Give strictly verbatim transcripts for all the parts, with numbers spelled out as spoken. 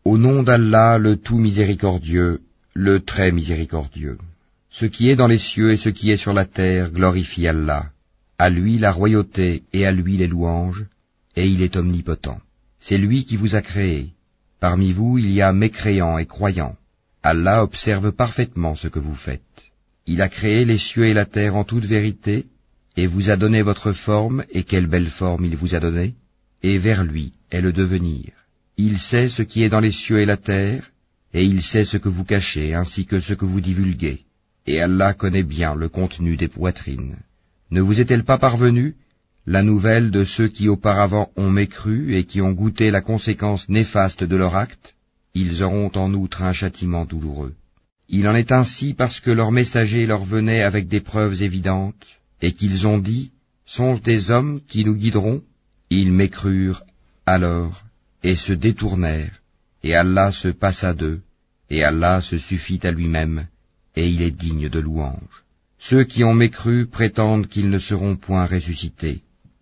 Au nom d'Allah, le tout miséricordieux, le très miséricordieux. Ce qui est dans les cieux et ce qui est sur la terre glorifie Allah. À lui la royauté et à lui les louanges, et il est omnipotent. C'est lui qui vous a créé. Parmi vous il y a mécréants et croyants. Allah observe parfaitement ce que vous faites. Il a créé les cieux et la terre en toute vérité, et vous a donné votre forme, et quelle belle forme il vous a donnée, et vers lui est le devenir. Il sait ce qui est dans les cieux et la terre, et il sait ce que vous cachez, ainsi que ce que vous divulguez. Et Allah connaît bien le contenu des poitrines. Ne vous est-elle pas parvenue la nouvelle de ceux qui auparavant ont mécru et qui ont goûté la conséquence néfaste de leur acte? Ils auront en outre un châtiment douloureux. Il en est ainsi parce que leurs messagers leur venaient avec des preuves évidentes, et qu'ils ont dit, sont-ce des hommes qui nous guideront? Ils mécrurent alors, et se détournèrent, et Allah se passa d'eux, et Allah se suffit à lui-même, et il est digne de louange. Ceux qui ont mécru prétendent qu'ils ne seront point ressuscités.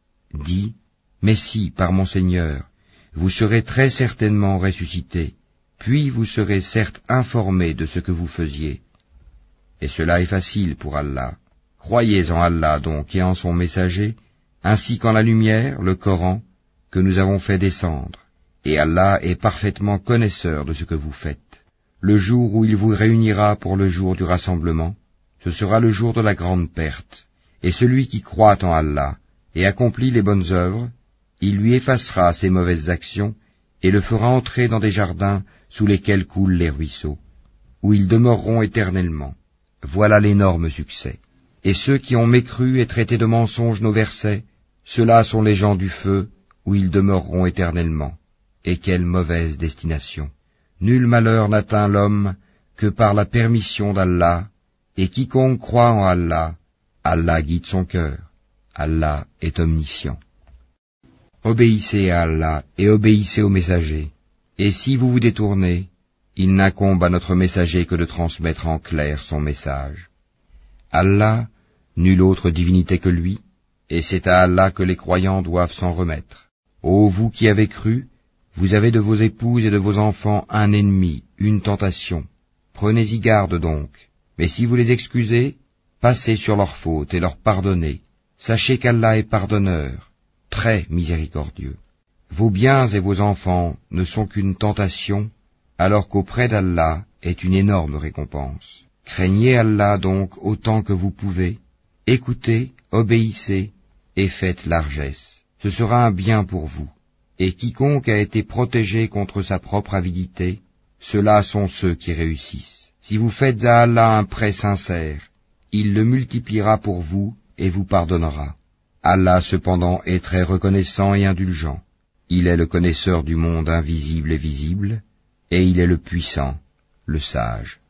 Dis, mais si, par mon Seigneur, vous serez très certainement ressuscités, puis vous serez certes informés de ce que vous faisiez. Et cela est facile pour Allah. Croyez en Allah donc et en son messager, ainsi qu'en la lumière, le Coran, que nous avons fait descendre. Et Allah est parfaitement connaisseur de ce que vous faites. Le jour où il vous réunira pour le jour du rassemblement, ce sera le jour de la grande perte. Et celui qui croit en Allah et accomplit les bonnes œuvres, il lui effacera ses mauvaises actions et le fera entrer dans des jardins sous lesquels coulent les ruisseaux, où ils demeureront éternellement. Voilà l'énorme succès. Et ceux qui ont mécru et traité de mensonges nos versets, ceux-là sont les gens du feu, où ils demeureront éternellement. Et quelle mauvaise destination! Nul malheur n'atteint l'homme que par la permission d'Allah, et quiconque croit en Allah, Allah guide son cœur. Allah est omniscient. Obéissez à Allah et obéissez au messager. Et si vous vous détournez, il n'incombe à notre messager que de transmettre en clair son message. Allah, nulle autre divinité que lui, et c'est à Allah que les croyants doivent s'en remettre. Ô vous qui avez cru, vous avez de vos épouses et de vos enfants un ennemi, une tentation. Prenez-y garde donc, mais si vous les excusez, passez sur leurs fautes et leur pardonnez. Sachez qu'Allah est pardonneur, très miséricordieux. Vos biens et vos enfants ne sont qu'une tentation, alors qu'auprès d'Allah est une énorme récompense. Craignez Allah donc autant que vous pouvez, écoutez, obéissez et faites largesse. Ce sera un bien pour vous. Et quiconque a été protégé contre sa propre avidité, ceux-là sont ceux qui réussissent. Si vous faites à Allah un prêt sincère, il le multipliera pour vous et vous pardonnera. Allah cependant est très reconnaissant et indulgent. Il est le connaisseur du monde invisible et visible, et il est le puissant, le sage.